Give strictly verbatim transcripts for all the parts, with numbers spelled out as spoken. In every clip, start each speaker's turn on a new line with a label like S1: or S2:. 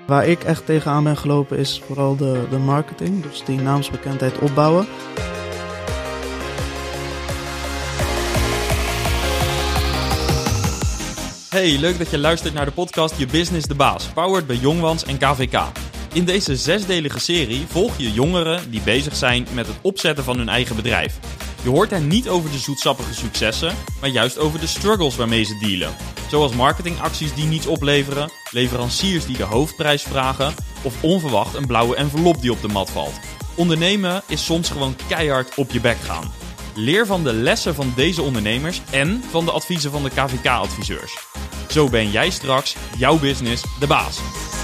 S1: Waar ik echt tegenaan ben gelopen is vooral de, de marketing, dus die naamsbekendheid opbouwen.
S2: Hey, leuk dat je luistert naar de podcast Je Business de Baas, powered bij Jongwans en K V K. In deze zesdelige serie volg je jongeren die bezig zijn met het opzetten van hun eigen bedrijf. Je hoort hen niet over de zoetsappige successen, maar juist over de struggles waarmee ze dealen. Zoals marketingacties die niets opleveren, leveranciers die de hoofdprijs vragen of onverwacht een blauwe envelop die op de mat valt. Ondernemen is soms gewoon keihard op je bek gaan. Leer van de lessen van deze ondernemers en van de adviezen van de K V K-adviseurs. Zo ben jij straks jouw business de baas.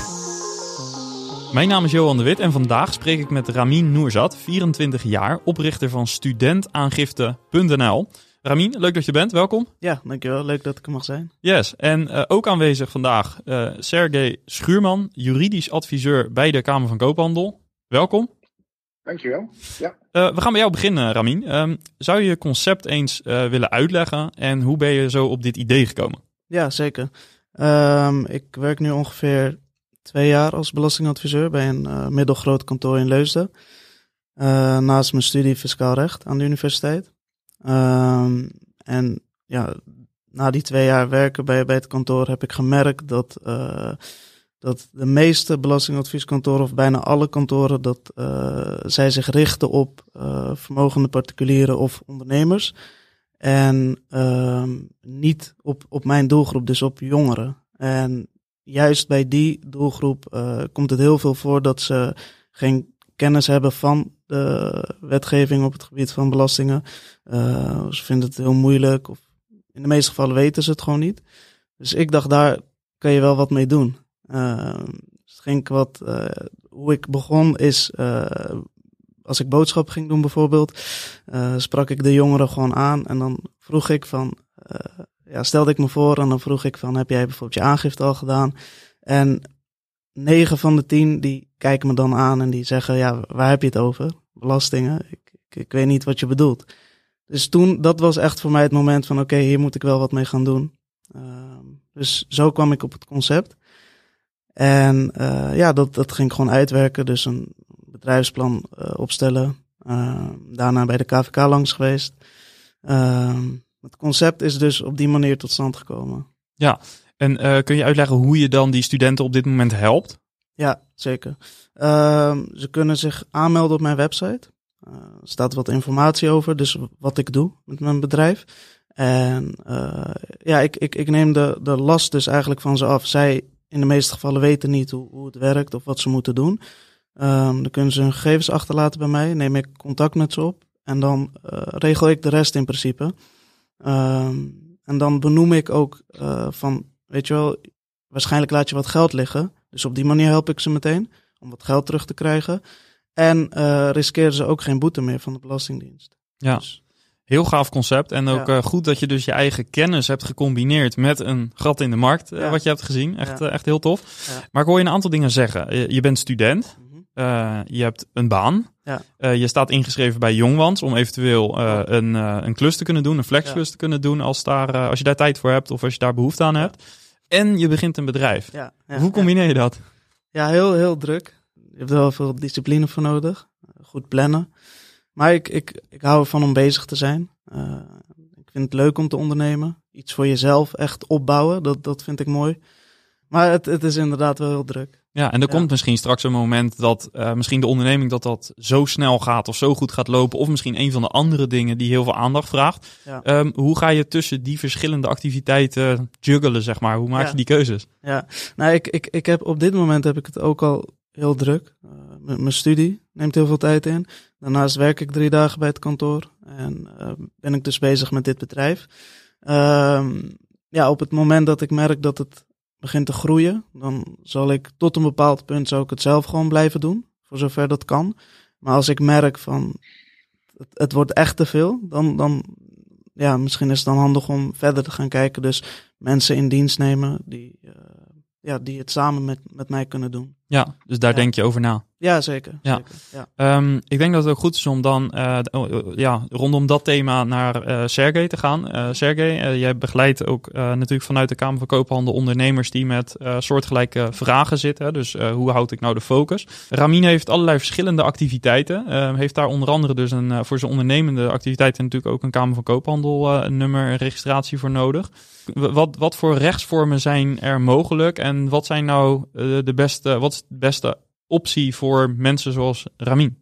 S2: Mijn naam is Johan de Wit en vandaag spreek ik met Ramin Nourzat, vierentwintig jaar, oprichter van studentaangifte punt n l. Ramin, leuk dat je bent. Welkom.
S1: Ja, dankjewel. Leuk dat ik er mag zijn.
S2: Yes, en uh, ook aanwezig vandaag uh, Sergej Schuurman, juridisch adviseur bij de Kamer van Koophandel. Welkom.
S3: Dankjewel. Ja.
S2: Uh, we gaan bij jou beginnen, Ramin. Um, zou je je concept eens uh, willen uitleggen en hoe ben je zo op dit idee gekomen?
S1: Ja, zeker. Um, ik werk nu ongeveer twee jaar als belastingadviseur bij een uh, middelgroot kantoor in Leusden. Uh, naast mijn studie fiscaal recht aan de universiteit. Um, en ja, na die twee jaar werken bij, bij het kantoor heb ik gemerkt dat, uh, dat de meeste belastingadvieskantoren, of bijna alle kantoren, dat uh, zij zich richten op uh, vermogende particulieren of ondernemers. En uh, niet op, op mijn doelgroep, dus op jongeren. En juist bij die doelgroep uh, komt het heel veel voor dat ze geen kennis hebben van de wetgeving op het gebied van belastingen. Uh, ze vinden het heel moeilijk, of in de meeste gevallen weten ze het gewoon niet. Dus ik dacht, daar kan je wel wat mee doen. Uh, dus ging ik wat, uh, hoe ik begon is, uh, als ik boodschappen ging doen bijvoorbeeld, uh, sprak ik de jongeren gewoon aan en dan vroeg ik van, uh, ja, stelde ik me voor en dan vroeg ik van, heb jij bijvoorbeeld je aangifte al gedaan? En negen van de tien die kijken me dan aan en die zeggen, ja, waar heb je het over? Belastingen? Ik, ik, ik weet niet wat je bedoelt. Dus toen, dat was echt voor mij het moment van, oké, okay, hier moet ik wel wat mee gaan doen. Uh, dus zo kwam ik op het concept. En uh, ja, dat, dat ging ik gewoon uitwerken. Dus een bedrijfsplan uh, opstellen. Uh, daarna bij de K V K langs geweest. Uh, het concept is dus op die manier tot stand gekomen.
S2: Ja, en uh, kun je uitleggen hoe je dan die studenten op dit moment helpt?
S1: Ja, zeker. Uh, ze kunnen zich aanmelden op mijn website. Uh, er staat wat informatie over, dus wat ik doe met mijn bedrijf. En uh, ja, ik, ik, ik neem de, de last dus eigenlijk van ze af. Zij in de meeste gevallen weten niet hoe, hoe het werkt of wat ze moeten doen. Um, dan kunnen ze hun gegevens achterlaten bij mij, neem ik contact met ze op. En dan uh, regel ik de rest in principe. Um, en dan benoem ik ook uh, van, weet je wel, waarschijnlijk laat je wat geld liggen. Dus op die manier help ik ze meteen om wat geld terug te krijgen. En uh, riskeren ze ook geen boete meer van de Belastingdienst.
S2: Ja, dus heel gaaf concept. En ook ja. uh, goed dat je dus je eigen kennis hebt gecombineerd met een gat in de markt, uh, ja. wat je hebt gezien. Echt, ja. uh, echt heel tof. Ja. Maar ik hoor je een aantal dingen zeggen. Je, je bent student, mm-hmm. uh, je hebt een baan. Ja. Uh, je staat ingeschreven bij Jongwans om eventueel uh, een, uh, een klus te kunnen doen, een flexklus ja. te kunnen doen als, daar, uh, als je daar tijd voor hebt of als je daar behoefte aan hebt. En je begint een bedrijf. Ja. Ja. Hoe combineer je dat?
S1: Ja, heel, heel druk. Je hebt er wel veel discipline voor nodig. Goed plannen. Maar ik, ik, ik hou ervan om bezig te zijn. Uh, ik vind het leuk om te ondernemen. Iets voor jezelf echt opbouwen. Dat, dat vind ik mooi. Maar het, het is inderdaad wel heel druk.
S2: Ja, en er ja. komt misschien straks een moment dat uh, misschien de onderneming dat dat zo snel gaat of zo goed gaat lopen. Of misschien een van de andere dingen die heel veel aandacht vraagt. Ja. Um, hoe ga je tussen die verschillende activiteiten juggelen, zeg maar? Hoe maak ja. je die keuzes?
S1: Ja, nou, ik, ik, ik heb op dit moment heb ik het ook al heel druk. Uh, m- mijn studie neemt heel veel tijd in. Daarnaast werk ik drie dagen bij het kantoor. En uh, ben ik dus bezig met dit bedrijf. Uh, ja, op het moment dat ik merk dat het begint te groeien, dan zal ik tot een bepaald punt zou ik het zelf gewoon blijven doen. Voor zover dat kan. Maar als ik merk van het, het wordt echt te veel, dan, dan ja, misschien is het dan handig om verder te gaan kijken. Dus mensen in dienst nemen die, uh, ja, die het samen met, met mij kunnen doen.
S2: Ja, dus daar ja. denk je over na.
S1: Ja, zeker.
S2: Ja.
S1: zeker ja.
S2: Um, ik denk dat het ook goed is om dan uh, ja, rondom dat thema naar uh, Sergej te gaan. Uh, Sergej, uh, jij begeleidt ook uh, natuurlijk vanuit de Kamer van Koophandel ondernemers die met uh, soortgelijke vragen zitten. Dus uh, hoe houd ik nou de focus? Ramin heeft allerlei verschillende activiteiten. Uh, heeft daar onder andere dus een, uh, voor zijn ondernemende activiteiten natuurlijk ook een Kamer van Koophandel uh, een nummer, een registratie voor nodig. Wat, wat voor rechtsvormen zijn er mogelijk en wat zijn nou uh, de beste, wat is de beste optie voor mensen zoals Ramin?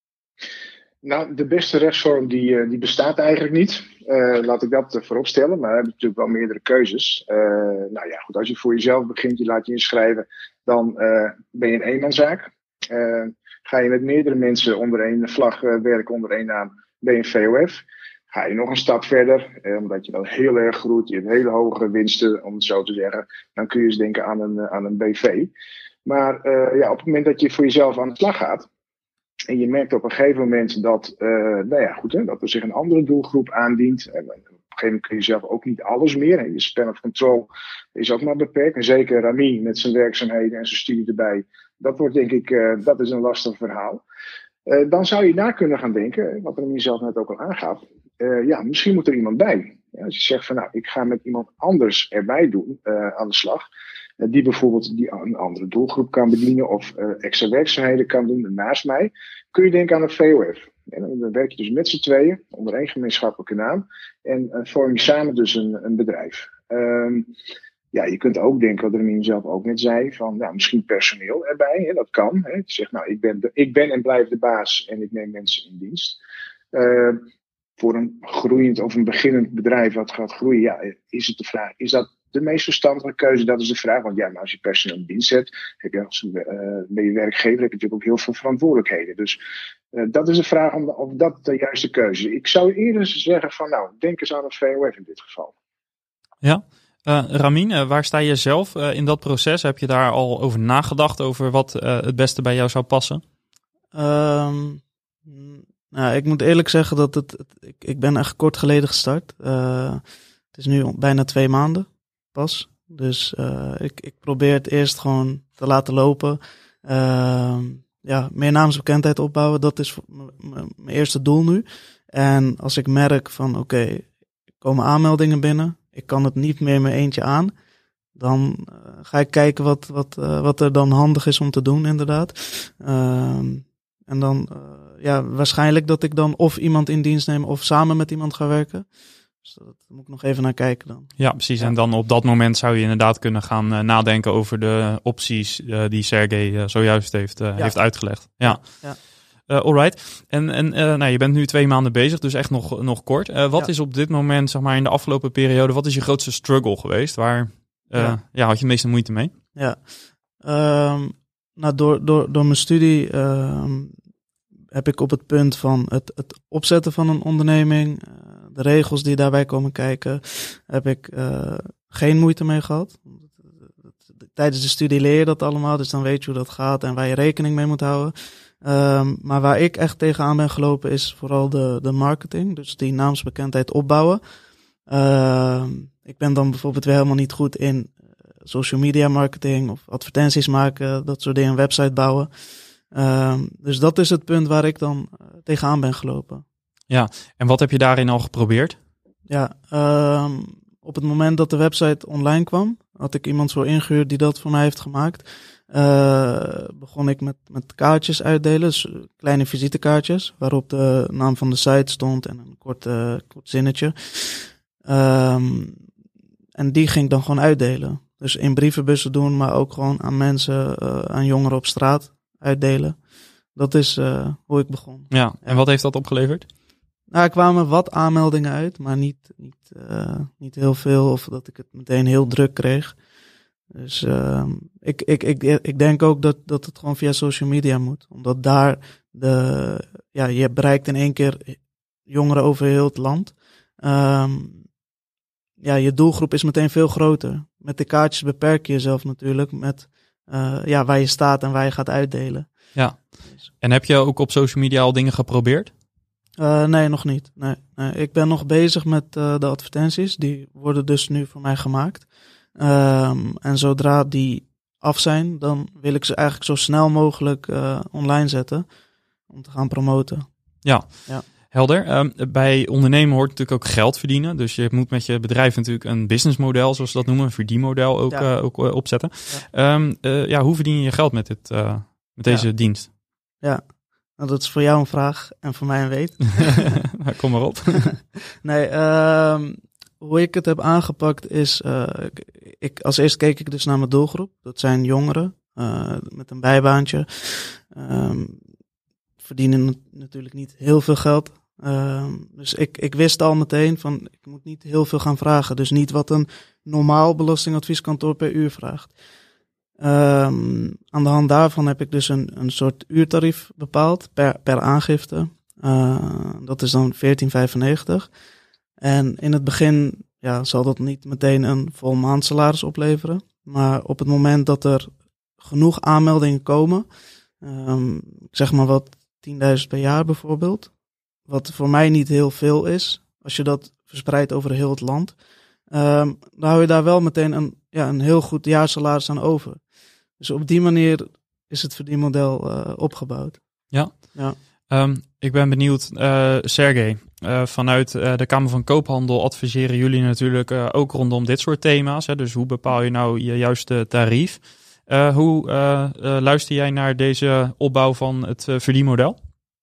S3: Nou, de beste rechtsvorm die, die bestaat eigenlijk niet. Uh, laat ik dat voorop stellen. Maar we hebben natuurlijk wel meerdere keuzes. Uh, nou ja, goed, als je voor jezelf begint, je laat je inschrijven, dan uh, ben je een eenmanszaak. Uh, ga je met meerdere mensen onder één vlag uh, werken, onder één naam, ben je een V O F. Ga je nog een stap verder, eh, omdat je dan heel erg groeit, je hebt hele hoge winsten, om het zo te zeggen, dan kun je eens denken aan een, aan een B V. Maar uh, ja, op het moment dat je voor jezelf aan de slag gaat, en je merkt op een gegeven moment dat, uh, nou ja, goed, hè, dat er zich een andere doelgroep aandient. En op een gegeven moment kun je zelf ook niet alles meer. Hè. Je span of control is ook maar beperkt. En zeker Ramin met zijn werkzaamheden en zijn studie erbij. Dat wordt denk ik, uh, dat is een lastig verhaal. Uh, dan zou je na kunnen gaan denken, wat Ramin zelf net ook al aangaf. Uh, ja, misschien moet er iemand bij. Ja, als je zegt van nou, ik ga met iemand anders erbij doen, uh, aan de slag. Uh, die bijvoorbeeld die een andere doelgroep kan bedienen of uh, extra werkzaamheden kan doen naast mij. Kun je denken aan een V O F. En dan werk je dus met z'n tweeën onder één gemeenschappelijke naam. En uh, vorm je samen dus een, een bedrijf. Um, ja, je kunt ook denken, wat Ramin zelf ook net zei, van nou, misschien personeel erbij. Hè, dat kan. Hè. Je zegt nou, ik ben, de, ik ben en blijf de baas en ik neem mensen in dienst. Uh, Voor een groeiend of een beginnend bedrijf wat gaat groeien, ja, is het de vraag, is dat de meest verstandige keuze? Dat is de vraag, want ja, maar als je personeel in dienst hebt, heb je als uh, ben je werkgever, heb je natuurlijk ook heel veel verantwoordelijkheden. Dus uh, dat is de vraag om, of dat de juiste keuze is. Ik zou eerder zeggen van, nou, denk eens aan een V O F in dit geval.
S2: Ja, uh, Ramin, uh, waar sta je zelf uh, in dat proces? Heb je daar al over nagedacht, over wat uh, het beste bij jou zou passen?
S1: Um, Nou, ik moet eerlijk zeggen dat het, het ik, ik ben echt kort geleden gestart. Uh, het is nu bijna twee maanden pas. Dus uh, ik, ik probeer het eerst gewoon te laten lopen. Uh, ja, meer naamsbekendheid opbouwen, dat is mijn eerste doel nu. En als ik merk van oké, okay, er komen aanmeldingen binnen, ik kan het niet meer in mijn eentje aan, dan uh, ga ik kijken wat, wat, uh, wat er dan handig is om te doen inderdaad. Uh, en dan... Uh, Ja, waarschijnlijk dat ik dan of iemand in dienst neem of samen met iemand ga werken. Dus dat moet ik nog even naar kijken dan.
S2: Ja, precies.
S1: Ja.
S2: En dan op dat moment zou je inderdaad kunnen gaan uh, nadenken over de opties uh, die Sergej uh, zojuist heeft, uh, ja. heeft uitgelegd. Ja.
S1: ja.
S2: Uh, alright. En, en uh, nou, je bent nu twee maanden bezig, dus echt nog, nog kort. Uh, wat ja. is op dit moment, zeg maar in de afgelopen periode, wat is je grootste struggle geweest? Waar uh, ja. Ja, had je de meeste moeite mee?
S1: Ja, um, nou door, door, door mijn studie... Um, heb ik op het punt van het, het opzetten van een onderneming, uh, de regels die daarbij komen kijken, heb ik uh, geen moeite mee gehad. Tijdens de studie leer je dat allemaal, dus dan weet je hoe dat gaat en waar je rekening mee moet houden. Um, maar waar ik echt tegenaan ben gelopen is vooral de, de marketing, dus die naamsbekendheid opbouwen. Uh, ik ben dan bijvoorbeeld weer helemaal niet goed in social media marketing of advertenties maken, dat soort dingen, website bouwen. Um, dus dat is het punt waar ik dan uh, tegenaan ben gelopen.
S2: Ja, en wat heb je daarin al geprobeerd?
S1: Ja, um, op het moment dat de website online kwam, had ik iemand zo ingehuurd die dat voor mij heeft gemaakt. Uh, begon ik met, met kaartjes uitdelen, dus kleine visitekaartjes, waarop de naam van de site stond en een kort, uh, kort zinnetje. Um, en die ging ik dan gewoon uitdelen. Dus in brievenbussen doen, maar ook gewoon aan mensen, uh, aan jongeren op straat uitdelen. Dat is uh, hoe ik begon.
S2: Ja, en wat heeft dat opgeleverd?
S1: Nou, er kwamen wat aanmeldingen uit, maar niet, niet, uh, niet heel veel of dat ik het meteen heel druk kreeg. Dus uh, ik, ik, ik, ik denk ook dat, dat het gewoon via social media moet. Omdat daar de, ja, je bereikt in één keer jongeren over heel het land. Um, ja, je doelgroep is meteen veel groter. Met de kaartjes beperk je jezelf natuurlijk met uh, ja, waar je staat en waar je gaat uitdelen.
S2: Ja, en heb je ook op social media al dingen geprobeerd?
S1: Uh, nee, nog niet. Nee, nee. Ik ben nog bezig met uh, de advertenties. Die worden dus nu voor mij gemaakt. Um, en zodra die af zijn, dan wil ik ze eigenlijk zo snel mogelijk uh, online zetten om te gaan promoten.
S2: Ja,
S1: ja.
S2: Helder. Um, bij ondernemen hoort natuurlijk ook geld verdienen. Dus je moet met je bedrijf natuurlijk een businessmodel, zoals we dat noemen, een verdienmodel ook, ja. uh, ook uh, opzetten. Ja. Um, uh, ja, hoe verdien je je geld met, dit, uh, met deze ja. dienst?
S1: Ja, nou, dat is voor jou een vraag en voor mij een weet.
S2: Kom maar op.
S1: nee, um, hoe ik het heb aangepakt is, uh, ik, ik, als eerst keek ik dus naar mijn doelgroep. Dat zijn jongeren uh, met een bijbaantje. Um, verdienen natuurlijk niet heel veel geld. Um, dus ik, ik wist al meteen van, ik moet niet heel veel gaan vragen. Dus niet wat een normaal belastingadvieskantoor per uur vraagt. Um, aan de hand daarvan heb ik dus een, een soort uurtarief bepaald per, per aangifte. Uh, dat is dan veertien vijfennegentig. En in het begin ja, zal dat niet meteen een vol maandsalaris opleveren. Maar op het moment dat er genoeg aanmeldingen komen, um, zeg maar wat tienduizend per jaar bijvoorbeeld, wat voor mij niet heel veel is, als je dat verspreidt over heel het land, um, dan hou je daar wel meteen een, ja, een heel goed jaarsalaris aan over. Dus op die manier is het verdienmodel uh, opgebouwd.
S2: Ja.
S1: ja.
S2: Um, ik ben benieuwd, uh, Sergej, uh, vanuit uh, de Kamer van Koophandel adviseren jullie natuurlijk uh, ook rondom dit soort thema's. Hè? Dus hoe bepaal je nou je juiste tarief? Uh, hoe uh, uh, luister jij naar deze opbouw van het uh, verdienmodel?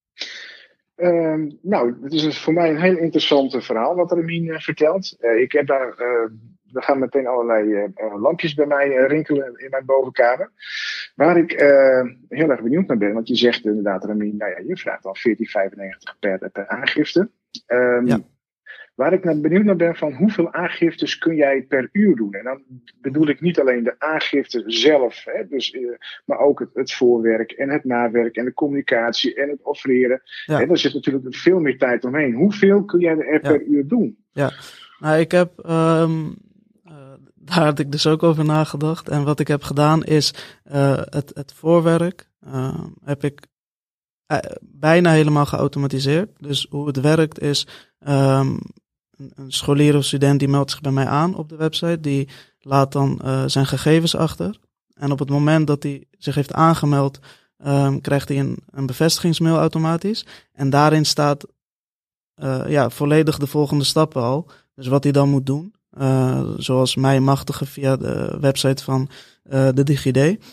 S3: Uh, nou, het is voor mij een heel interessant verhaal wat Ramien uh, vertelt. Uh, ik heb daar, uh, er gaan meteen allerlei uh, lampjes bij mij uh, rinkelen in mijn bovenkamer. Waar ik uh, heel erg benieuwd naar ben, want je zegt inderdaad, Ramien, nou ja, je vraagt al veertien vijfennegentig per, per aangifte. Um, ja. Waar ik naar benieuwd naar ben van hoeveel aangiftes kun jij per uur doen? En dan bedoel ik niet alleen de aangifte zelf, hè, dus, uh, maar ook het, het voorwerk en het nawerk en de communicatie en het offereren. Ja. En daar zit natuurlijk veel meer tijd omheen. Hoeveel kun jij er per ja. uur doen?
S1: Ja, nou ik heb, um, uh, daar had ik dus ook over nagedacht. En wat ik heb gedaan is uh, het, het voorwerk uh, heb ik uh, bijna helemaal geautomatiseerd. Dus hoe het werkt is, um, een scholier of student die meldt zich bij mij aan op de website. Die laat dan uh, zijn gegevens achter. En op het moment dat hij zich heeft aangemeld, um, krijgt hij een, een bevestigingsmail automatisch. En daarin staat uh, ja, volledig de volgende stappen al. Dus wat hij dan moet doen. Uh, zoals mij machtigen via de website van uh, de DigiD.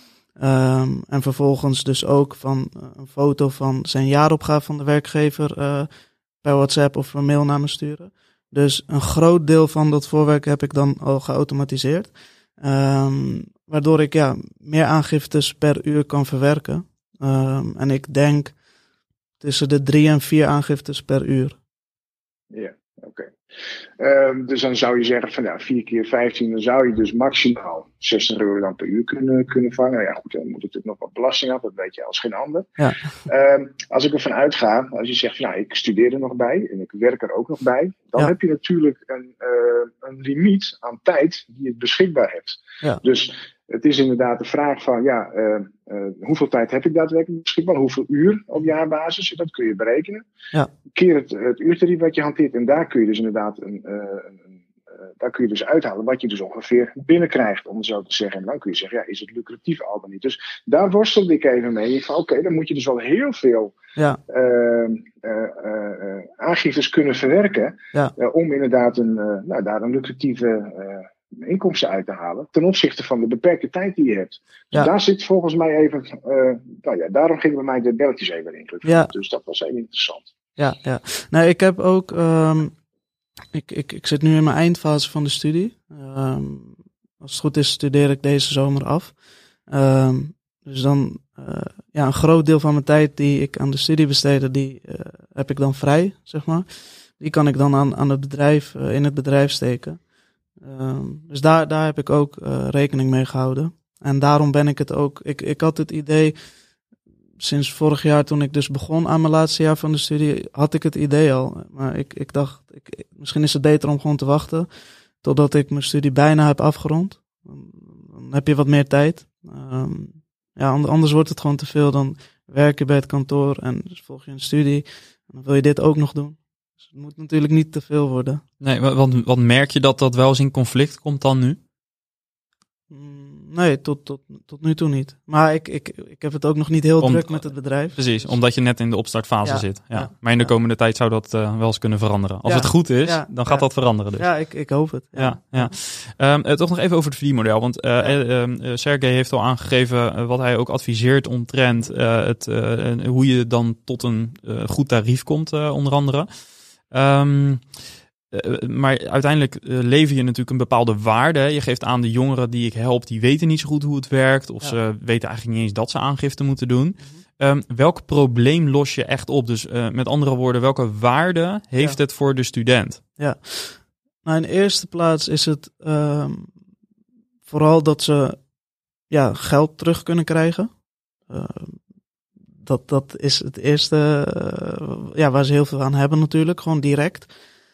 S1: Um, en vervolgens dus ook van uh, een foto van zijn jaaropgave van de werkgever uh, per WhatsApp of per mail naar me sturen. Dus een groot deel van dat voorwerk heb ik dan al geautomatiseerd. Um, waardoor ik ja, meer aangiftes per uur kan verwerken. Um, en ik denk tussen de drie en vier aangiftes per uur.
S3: Ja, oké. Okay. Uh, dus dan zou je zeggen van ja, vier keer vijftien, dan zou je dus maximaal zestig euro dan per uur kunnen, kunnen vangen. Ja goed, dan moet natuurlijk nog wat belasting af, dat weet je als geen ander.
S1: Ja.
S3: Uh, als ik ervan uitga, als je zegt van nou, ik studeer er nog bij en ik werk er ook nog bij, dan ja. heb je natuurlijk een, uh, een limiet aan tijd die je beschikbaar hebt.
S1: Ja.
S3: Dus het is inderdaad de vraag van ja, uh, uh, hoeveel tijd heb ik daadwerkelijk beschikbaar? Hoeveel uur op jaarbasis? Dat kun je berekenen.
S1: Ja.
S3: Keer het, het uurtarief wat je hanteert en daar kun je dus inderdaad een, uh, een, uh, daar kun je dus uithalen wat je dus ongeveer binnenkrijgt, om het zo te zeggen. En dan kun je zeggen, ja, is het lucratief al dan niet? Dus daar worstelde ik even mee. Van oké, okay, dan moet je dus wel heel veel
S1: ja.
S3: uh, uh, uh, aangiftes kunnen verwerken.
S1: Ja.
S3: Uh, om inderdaad een, uh, nou, daar een lucratieve uh, inkomsten uit te halen ten opzichte van de beperkte tijd die je hebt. Dus
S1: ja.
S3: daar zit volgens mij even, uh, nou ja, daarom gingen bij mij de belletjes even rinkelen.
S1: Ja.
S3: Dus dat was heel interessant.
S1: Ja, ja. Nee, ik heb ook, um, ik, ik, ik zit nu in mijn eindfase van de studie. Um, als het goed is studeer ik deze zomer af. Um, dus dan, uh, ja, een groot deel van mijn tijd die ik aan de studie besteedde, die uh, heb ik dan vrij, zeg maar. Die kan ik dan aan, aan het bedrijf, uh, in het bedrijf steken. Um, dus daar, daar heb ik ook uh, rekening mee gehouden. En daarom ben ik het ook, ik, ik had het idee, sinds vorig jaar toen ik dus begon aan mijn laatste jaar van de studie, had ik het idee al. Maar ik, ik dacht, ik, misschien is het beter om gewoon te wachten totdat ik mijn studie bijna heb afgerond. Dan, dan heb je wat meer tijd. Um, ja, anders wordt het gewoon te veel. Dan werk je bij het kantoor en dus volg je een studie. En dan wil je dit ook nog doen. Dus het moet natuurlijk niet te veel worden.
S2: Nee, want wat merk je dat dat wel eens in conflict komt dan nu?
S1: Nee, tot, tot, tot nu toe niet. Maar ik, ik, ik heb het ook nog niet heel
S2: Om,
S1: druk met het bedrijf.
S2: Precies,
S1: dus,
S2: omdat je net in de opstartfase
S1: ja,
S2: zit. Ja.
S1: Ja,
S2: maar in de
S1: ja.
S2: komende tijd zou dat uh, wel eens kunnen veranderen. Als
S1: ja,
S2: het goed is,
S1: ja,
S2: dan gaat
S1: ja.
S2: dat veranderen dus.
S1: Ja, ik, ik hoop het. Ja.
S2: Ja, ja. Um, uh, toch nog even over het verdienmodel. Want uh,
S1: Ja.
S2: uh, uh, Sergej heeft al aangegeven uh, wat hij ook adviseert omtrent uh, het, uh, uh, hoe je dan tot een uh, goed tarief komt, uh, onder andere. Um, Uh, maar uiteindelijk uh, lever je natuurlijk een bepaalde waarde. Je geeft aan de jongeren die ik help, die weten niet zo goed hoe het werkt. Of ja. ze weten eigenlijk niet eens dat ze aangifte moeten doen. Mm-hmm. Um, welk probleem los je echt op? Dus uh, met andere woorden, welke waarde heeft ja. het voor de student?
S1: Ja, nou in de eerste plaats is het uh, vooral dat ze ja, geld terug kunnen krijgen. Uh, dat, dat is het eerste uh, ja, waar ze heel veel aan hebben natuurlijk, gewoon direct.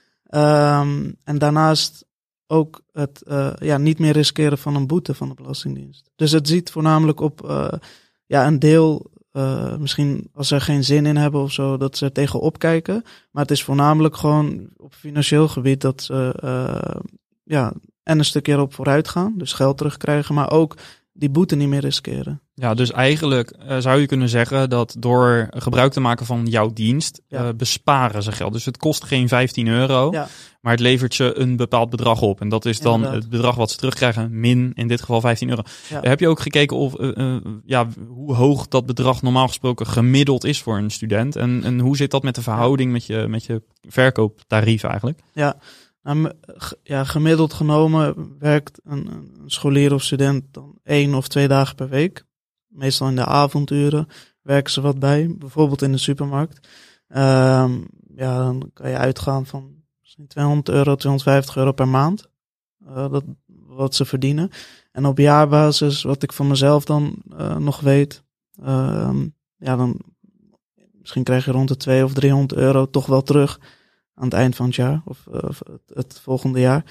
S1: Um, en daarnaast ook het uh, ja, niet meer riskeren van een boete van de Belastingdienst. Dus het ziet voornamelijk op uh, ja, een deel, uh, misschien als ze er geen zin in hebben of zo, dat ze er tegenop kijken. Maar het is voornamelijk gewoon op financieel gebied dat ze uh, ja, en een stukje erop vooruit gaan. Dus geld terugkrijgen, maar ook die boete niet meer riskeren.
S2: Ja, dus eigenlijk uh, zou je kunnen zeggen dat door gebruik te maken van jouw dienst, ja. uh, besparen ze geld. Dus het kost geen vijftien euro, ja. maar het levert ze een bepaald bedrag op. En dat is dan Inderdaad. het bedrag wat ze terugkrijgen, min in dit geval vijftien euro. Ja. Uh, heb je ook gekeken of, uh, uh, ja, hoe hoog dat bedrag normaal gesproken gemiddeld is voor een student? En, en hoe zit dat met de verhouding met je, met je verkooptarief eigenlijk?
S1: Ja. Nou, ja, gemiddeld genomen werkt een, een scholier of student dan één of twee dagen per week. Meestal in de avonduren werken ze wat bij, bijvoorbeeld in de supermarkt. Um, ja, dan kan je uitgaan van tweehonderd euro, tweehonderdvijftig euro per maand. Uh, dat, wat ze verdienen. En op jaarbasis, wat ik van mezelf dan uh, nog weet, uh, ja, dan misschien krijg je rond de tweehonderd of driehonderd euro toch wel terug aan het eind van het jaar of, uh, of het, het volgende jaar.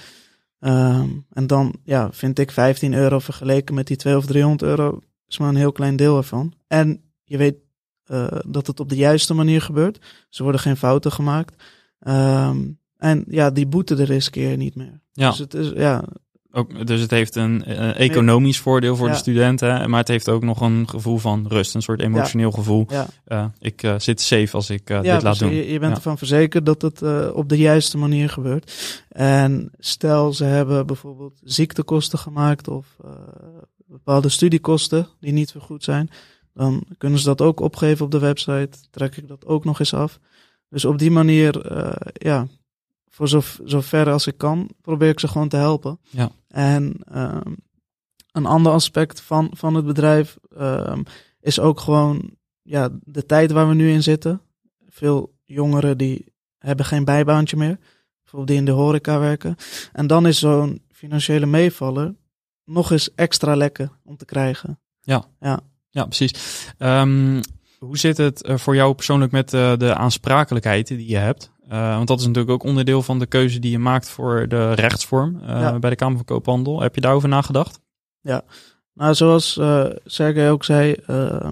S1: Um, en dan ja, vind ik vijftien euro vergeleken met die tweehonderd of driehonderd euro is maar een heel klein deel ervan. En je weet uh, dat het op de juiste manier gebeurt. Ze worden geen fouten gemaakt. Um, en ja, die boete de riskeer je niet meer.
S2: Ja.
S1: Dus het is, ja...
S2: Ook, dus het heeft een uh, economisch voordeel voor ja. de studenten, maar het heeft ook nog een gevoel van rust, een soort emotioneel ja. gevoel. Ja. Uh, ik uh, zit safe als ik uh, ja, dit laat doen.
S1: Je, je bent
S2: ja.
S1: ervan verzekerd dat het uh, op de juiste manier gebeurt. En stel ze hebben bijvoorbeeld ziektekosten gemaakt of uh, bepaalde studiekosten die niet vergoed zijn, dan kunnen ze dat ook opgeven op de website. Trek ik dat ook nog eens af. Dus op die manier, uh, ja, voor zo, zo ver als ik kan, probeer ik ze gewoon te helpen.
S2: Ja.
S1: En um, een ander aspect van, van het bedrijf um, is ook gewoon ja, de tijd waar we nu in zitten. Veel jongeren die hebben geen bijbaantje meer. Bijvoorbeeld die in de horeca werken. En dan is zo'n financiële meevaller nog eens extra lekker om te krijgen.
S2: Ja,
S1: ja.
S2: ja precies. Um, hoe zit het uh, voor jou persoonlijk met uh, de aansprakelijkheid die je hebt? Uh, want dat is natuurlijk ook onderdeel van de keuze die je maakt voor de rechtsvorm uh, ja. bij de Kamer van Koophandel. Heb je daarover nagedacht?
S1: Ja, nou zoals uh, Sergej ook zei, uh,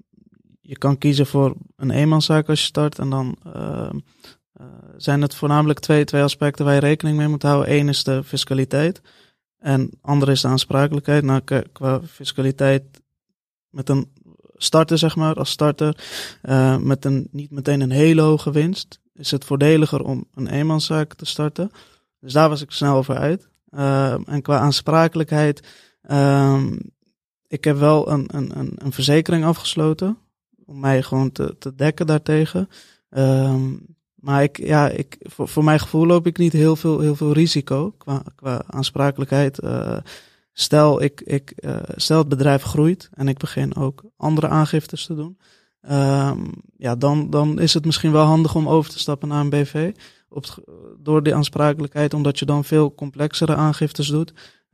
S1: je kan kiezen voor een eenmanszaak als je start. En dan uh, uh, zijn het voornamelijk twee, twee aspecten waar je rekening mee moet houden. Eén is de fiscaliteit en andere is de aansprakelijkheid. Nou, qua fiscaliteit met een starter, zeg maar, als starter, uh, met een niet meteen een hele hoge winst, is het voordeliger om een eenmanszaak te starten. Dus daar was ik snel over uit. Uh, en qua aansprakelijkheid, uh, ik heb wel een, een, een, een verzekering afgesloten om mij gewoon te, te dekken daartegen. Uh, maar ik, ja, ik, voor, voor mijn gevoel loop ik niet heel veel, heel veel risico qua, qua aansprakelijkheid. Uh, stel, ik, ik, uh, stel het bedrijf groeit en ik begin ook andere aangiftes te doen. Um, ja, dan, dan is het misschien wel handig om over te stappen naar een B V. Op, door die aansprakelijkheid, omdat je dan veel complexere aangiftes doet.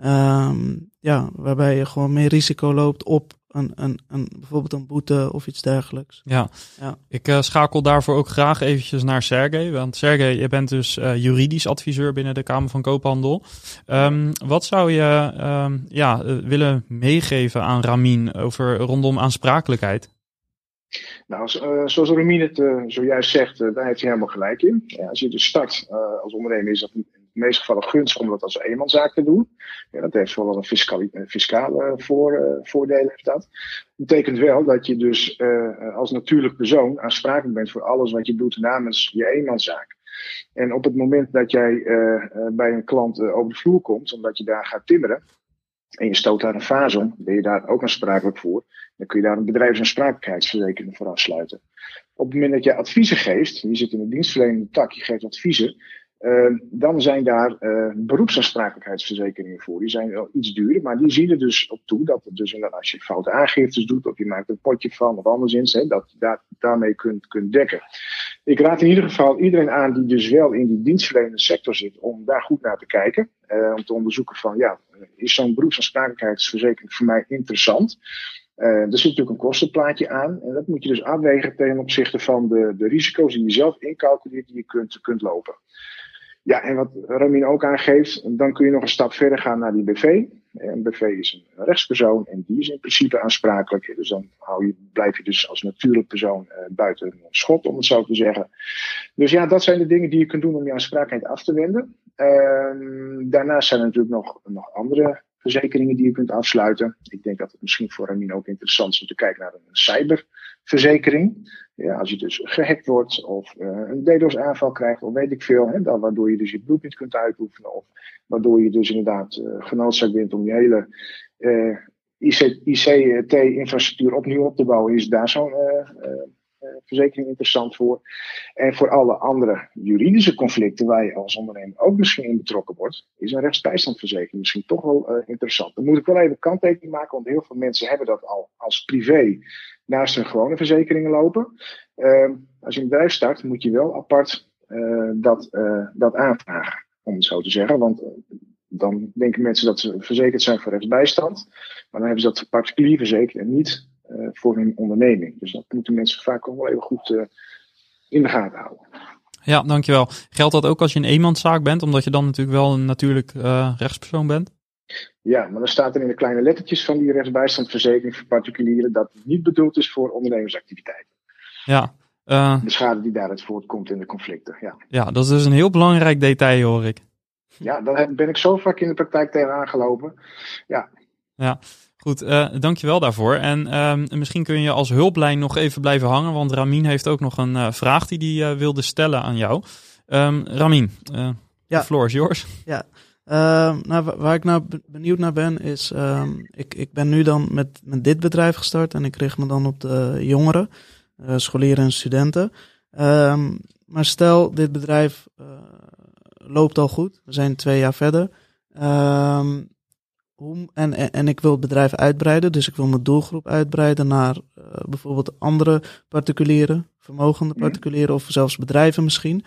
S1: Um, ja, waarbij je gewoon meer risico loopt op een, een, een, bijvoorbeeld een boete of iets dergelijks.
S2: Ja, ja. ik uh, schakel daarvoor ook graag eventjes naar Sergej. Want Sergej, je bent dus uh, juridisch adviseur binnen de Kamer van Koophandel. Um, wat zou je um, ja, uh, willen meegeven aan Ramin over rondom aansprakelijkheid?
S3: Nou, uh, zoals Ramin het uh, zojuist zegt, uh, daar heeft hij helemaal gelijk in. Ja, als je dus start uh, als ondernemer is dat een de meeste gevallen gunstig om dat als eenmanszaak te doen. Ja, dat heeft wel een fiscale, fiscale voor, uh, voordelen. Heeft dat. Dat betekent wel dat je dus uh, als natuurlijk persoon aansprakelijk bent voor alles wat je doet namens je eenmanszaak. En op het moment dat jij uh, uh, bij een klant uh, over de vloer komt, omdat je daar gaat timmeren, en je stoot daar een vaas om, ben je daar ook aansprakelijk voor. Dan kun je daar een bedrijfsaansprakelijkheidsverzekering voor afsluiten. Op het moment dat je adviezen geeft, je zit in een dienstverlenende tak, je geeft adviezen, uh, dan zijn daar uh, beroepsaansprakelijkheidsverzekeringen voor. Die zijn wel iets duurder, maar die zien er dus op toe dat het dus, als je foute aangiftes doet, of je maakt een potje van, of anderszins, hè, dat je daar, daarmee kunt, kunt dekken. Ik raad in ieder geval iedereen aan die dus wel in die dienstverlenende sector zit, om daar goed naar te kijken. Uh, om te onderzoeken van, ja, is zo'n beroepsaansprakelijkheidsverzekering voor mij interessant? Uh, er zit natuurlijk een kostenplaatje aan. En dat moet je dus afwegen ten opzichte van de, de risico's die je zelf incalculeert, die je kunt, kunt lopen. Ja, en wat Ramin ook aangeeft, dan kun je nog een stap verder gaan naar die B V. Een B V is een rechtspersoon en die is in principe aansprakelijk. Dus dan hou je, blijf je dus als natuurlijk persoon uh, buiten schot, om het zo te zeggen. Dus ja, dat zijn de dingen die je kunt doen om je aansprakelijkheid af te wenden. Uh, daarnaast zijn er natuurlijk nog, nog andere verzekeringen die je kunt afsluiten. Ik denk dat het misschien voor Ramin ook interessant is om te kijken naar een cyberverzekering. Ja, als je dus gehackt wordt of uh, een DDoS aanval krijgt of weet ik veel, hè, dan, waardoor je dus je beroep niet kunt uitoefenen of waardoor je dus inderdaad uh, genoodzaakt bent om je hele uh, I C T-infrastructuur opnieuw op te bouwen, is daar zo'n uh, uh, Uh, verzekering interessant voor. En voor alle andere juridische conflicten waar je als ondernemer ook misschien in betrokken wordt, is een rechtsbijstandverzekering misschien toch wel uh, interessant. Dan moet ik wel even kanttekening maken, want heel veel mensen hebben dat al als privé naast hun gewone verzekeringen lopen. Uh, als je een bedrijf start, moet je wel apart uh, dat, uh, dat aanvragen, om het zo te zeggen. Want uh, dan denken mensen dat ze verzekerd zijn voor rechtsbijstand, maar dan hebben ze dat particulier verzekerd en niet Uh, voor hun onderneming. Dus dat moeten mensen vaak ook wel even goed uh, in de gaten houden.
S2: Ja, dankjewel. Geldt dat ook als je een eenmanszaak bent, omdat je dan natuurlijk wel een natuurlijk uh, rechtspersoon bent?
S3: Ja, maar dan staat er in de kleine lettertjes van die rechtsbijstandverzekering voor particulieren dat het niet bedoeld is voor ondernemersactiviteiten.
S2: Ja. Uh,
S3: de schade die daaruit voortkomt in de conflicten. Ja.
S2: ja, dat is dus een heel belangrijk detail, hoor ik.
S3: Ja, daar ben ik zo vaak in de praktijk tegenaan gelopen. Ja.
S2: Ja. Goed, uh, dankjewel daarvoor. En uh, misschien kun je als hulplijn nog even blijven hangen, want Ramin heeft ook nog een uh, vraag die hij uh, wilde stellen aan jou. Um, Ramin, uh,
S1: ja.
S2: the floor is yours.
S1: Ja, uh, nou, waar ik nou benieuwd naar ben is, uh, ik, ik ben nu dan met, met dit bedrijf gestart en ik richt me dan op de jongeren, uh, scholieren en studenten. Uh, maar stel, dit bedrijf uh, loopt al goed, we zijn twee jaar verder. Uh, Hoe, en, en, en ik wil het bedrijf uitbreiden, dus ik wil mijn doelgroep uitbreiden naar uh, bijvoorbeeld andere particulieren, vermogende particulieren of zelfs bedrijven misschien.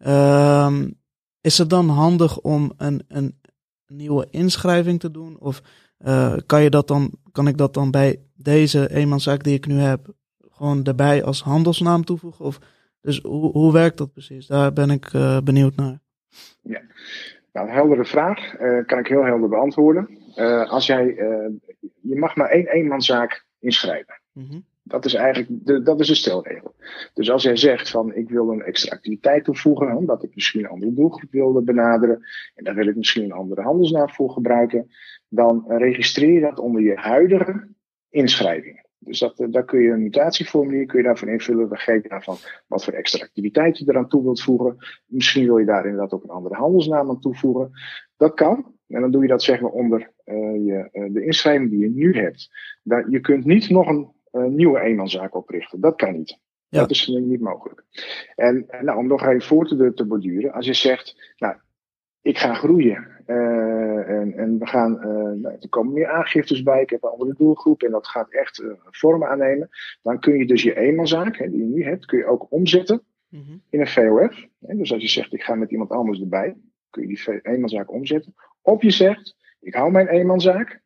S1: Uh, is het dan handig om een, een nieuwe inschrijving te doen? Of uh, kan, je dat dan, kan ik dat dan bij deze eenmanszaak die ik nu heb gewoon daarbij als handelsnaam toevoegen? Of, dus hoe, hoe werkt dat precies? Daar ben ik uh, benieuwd naar.
S3: Ja. Nou, een heldere vraag. Uh, kan ik heel helder beantwoorden. Uh, als jij, uh, je mag maar één eenmanszaak inschrijven. Mm-hmm. Dat is eigenlijk de, dat is de stelregel. Dus als jij zegt van ik wil een extra activiteit toevoegen, omdat ik misschien een andere doelgroep wilde benaderen en daar wil ik misschien een andere handelsnaam voor gebruiken, dan registreer je dat onder je huidige inschrijving. Dus dat, daar kun je een mutatieformulier kun je daarvan invullen. Dan geef je daarvan wat voor extra activiteit je eraan toe wilt voegen. Misschien wil je daar inderdaad ook een andere handelsnaam aan toevoegen. Dat kan. En dan doe je dat zeg maar onder uh, je, uh, de inschrijving die je nu hebt. Daar, je kunt niet nog een uh, nieuwe eenmanszaak oprichten. Dat kan niet. Ja. Dat is niet mogelijk. En nou, om nog even voor te, te borduren. Als je zegt, nou, ik ga groeien. Uh, en, en we gaan, uh, nou, er komen meer aangiftes bij. Ik heb een andere doelgroep en dat gaat echt uh, vormen aannemen. Dan kun je dus je eenmanszaak, hè, die je nu hebt, kun je ook omzetten mm-hmm. in een V O F. Hè, dus als je zegt, ik ga met iemand anders erbij, kun je die eenmanszaak omzetten. Of je zegt, ik hou mijn eenmanszaak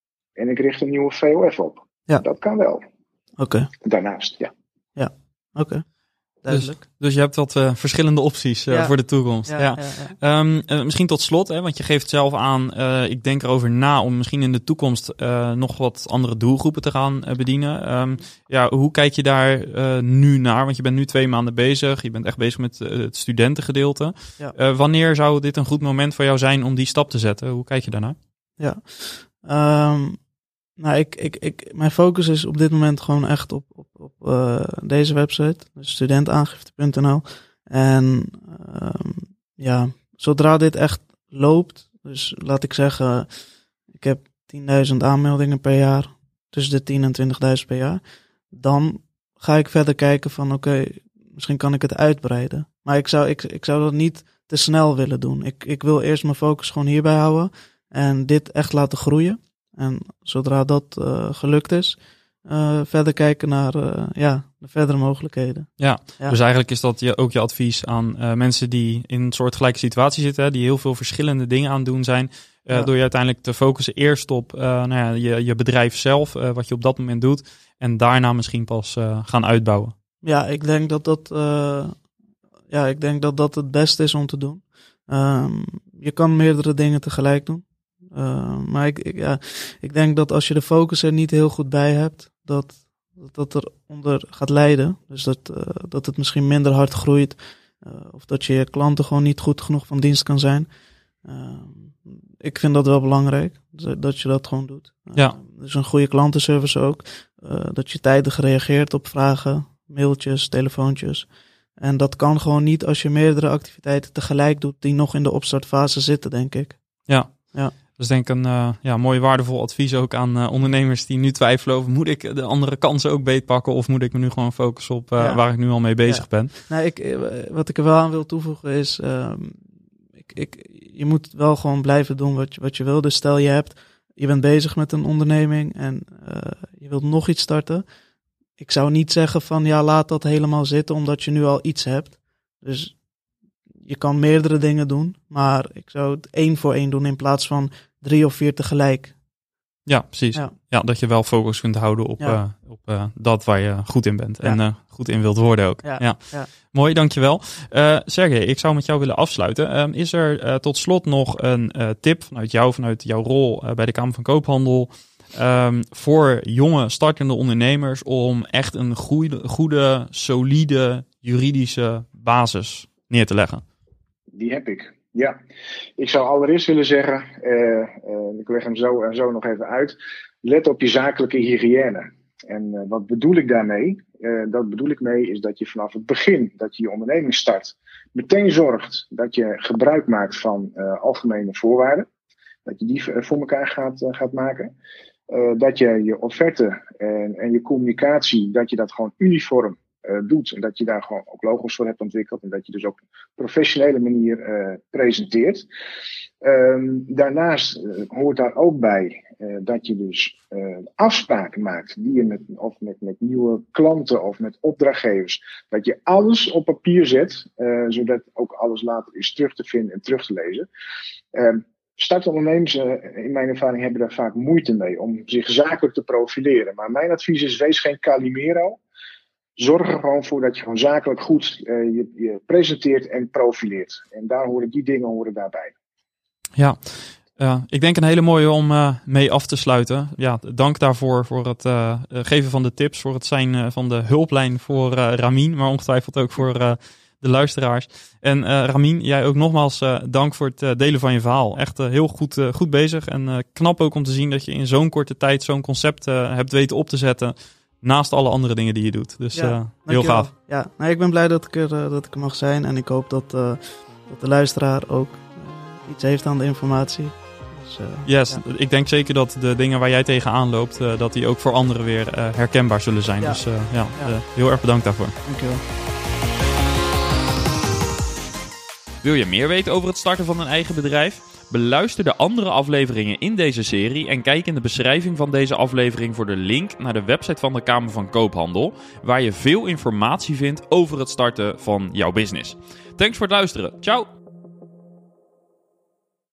S3: en ik richt een nieuwe V O F op. Ja. Dat kan wel.
S1: Oké. Okay.
S3: Daarnaast, ja.
S1: Ja, oké. Okay. duidelijk.
S2: Dus, dus je hebt wat uh, verschillende opties uh, ja. voor de toekomst. Ja, ja. Ja, ja. Um, uh, misschien tot slot, hè, want je geeft zelf aan, uh, ik denk erover na om misschien in de toekomst uh, nog wat andere doelgroepen te gaan uh, bedienen. Um, ja, hoe kijk je daar uh, nu naar? Want je bent nu twee maanden bezig. Je bent echt bezig met uh, het studentengedeelte. Ja. Uh, wanneer zou dit een goed moment voor jou zijn om die stap te zetten? Hoe kijk je daarnaar?
S1: Ja, um, nou, ik, ik, ik, mijn focus is op dit moment gewoon echt op, op, op uh, deze website, dus studentaangifte punt n l. En um, ja, zodra dit echt loopt, dus laat ik zeggen, ik heb tienduizend aanmeldingen per jaar, tussen de tien en twintigduizend per jaar, dan ga ik verder kijken van oké, okay, misschien kan ik het uitbreiden. Maar ik zou, ik, ik zou dat niet te snel willen doen. Ik, ik wil eerst mijn focus gewoon hierbij houden en dit echt laten groeien. En zodra dat uh, gelukt is, uh, verder kijken naar uh, ja, de verdere mogelijkheden.
S2: Ja, ja, dus eigenlijk is dat je, ook je advies aan uh, mensen die in een soort gelijke situatie zitten, hè, die heel veel verschillende dingen aan het doen zijn. Uh, ja. Door je uiteindelijk te focussen eerst op uh, nou ja, je, je bedrijf zelf, uh, wat je op dat moment doet. En daarna misschien pas uh, gaan uitbouwen.
S1: Ja, ik denk dat dat, uh, ja, ik denk dat dat het beste is om te doen. Um, je kan meerdere dingen tegelijk doen. Uh, maar ik, ik, ja, ik denk dat als je de focus er niet heel goed bij hebt, dat dat, dat eronder gaat lijden. Dus dat, uh, dat het misschien minder hard groeit. Uh, of dat je je klanten gewoon niet goed genoeg van dienst kan zijn. Uh, ik vind dat wel belangrijk, dat je dat gewoon doet. Uh,
S2: ja.
S1: Dus een goede klantenservice ook. Uh, dat je tijdig reageert op vragen, mailtjes, telefoontjes. En dat kan gewoon niet als je meerdere activiteiten tegelijk doet die nog in de opstartfase zitten, denk ik.
S2: Ja.
S1: Ja.
S2: Dus denk een uh, ja, mooi waardevol advies ook aan uh, ondernemers die nu twijfelen over, moet ik de andere kansen ook beetpakken of moet ik me nu gewoon focussen op uh, ja. waar ik nu al mee bezig ja. ben?
S1: Nou, ik, wat ik er wel aan wil toevoegen is, uh, ik, ik, je moet wel gewoon blijven doen wat je, wat je wil. Dus stel je hebt, je bent bezig met een onderneming en uh, je wilt nog iets starten. Ik zou niet zeggen van ja, laat dat helemaal zitten omdat je nu al iets hebt. Dus je kan meerdere dingen doen, maar ik zou het één voor één doen in plaats van drie of vier tegelijk.
S2: Ja, precies. Ja, ja dat je wel focus kunt houden op, ja. uh, op uh, dat waar je goed in bent. Ja. En uh, goed in wilt worden ook.
S1: Ja.
S2: Ja.
S1: Ja.
S2: Mooi, dankjewel. Uh, Sergej, ik zou met jou willen afsluiten. Um, is er uh, tot slot nog een uh, tip vanuit jou, vanuit jouw rol uh, bij de Kamer van Koophandel, um, voor jonge startende ondernemers om echt een goede, goede, solide juridische basis neer te leggen?
S3: Die heb ik. Ja, ik zou allereerst willen zeggen, uh, uh, ik leg hem zo en zo nog even uit, let op je zakelijke hygiëne. En uh, wat bedoel ik daarmee? Uh, dat bedoel ik mee is dat je vanaf het begin dat je je onderneming start, meteen zorgt dat je gebruik maakt van uh, algemene voorwaarden. Dat je die voor elkaar gaat, uh, gaat maken. Uh, dat je je offerte en, en je communicatie, dat je dat gewoon uniform Uh, doet. En dat je daar gewoon ook logo's voor hebt ontwikkeld. En dat je dus op een professionele manier uh, presenteert. Um, daarnaast uh, hoort daar ook bij uh, dat je dus uh, afspraken maakt. Die je met, of met, met nieuwe klanten of met opdrachtgevers. Dat je alles op papier zet. Uh, zodat ook alles later is terug te vinden en terug te lezen. Um, Startondernemers, uh, in mijn ervaring, hebben daar vaak moeite mee. Om zich zakelijk te profileren. Maar mijn advies is, wees geen Calimero. Zorg er gewoon voor dat je gewoon zakelijk goed uh, je, je presenteert en profileert. En daar horen die dingen horen daarbij.
S2: Ja, uh, ik denk een hele mooie om uh, mee af te sluiten. Ja, dank daarvoor voor het uh, geven van de tips, voor het zijn uh, van de hulplijn voor uh, Ramin, maar ongetwijfeld ook voor uh, de luisteraars. En uh, Ramin, jij ook nogmaals uh, dank voor het uh, delen van je verhaal. Echt uh, heel goed, uh, goed bezig en uh, knap ook om te zien dat je in zo'n korte tijd zo'n concept uh, hebt weten op te zetten. Naast alle andere dingen die je doet. Dus ja, uh, heel gaaf.
S1: Ja, nou, ik ben blij dat ik, er, uh, dat ik er mag zijn. En ik hoop dat, uh, dat de luisteraar ook uh, iets heeft aan de informatie. Dus, uh,
S2: yes,
S1: ja.
S2: Ik denk zeker dat de dingen waar jij tegenaan loopt, uh, dat die ook voor anderen weer uh, herkenbaar zullen zijn. Ja. Dus uh, ja, ja. Uh, heel erg bedankt daarvoor.
S1: Dankjewel.
S2: Wil je meer weten over het starten van een eigen bedrijf? Beluister de andere afleveringen in deze serie en kijk in de beschrijving van deze aflevering voor de link naar de website van de Kamer van Koophandel, waar je veel informatie vindt over het starten van jouw business. Thanks voor het luisteren. Ciao!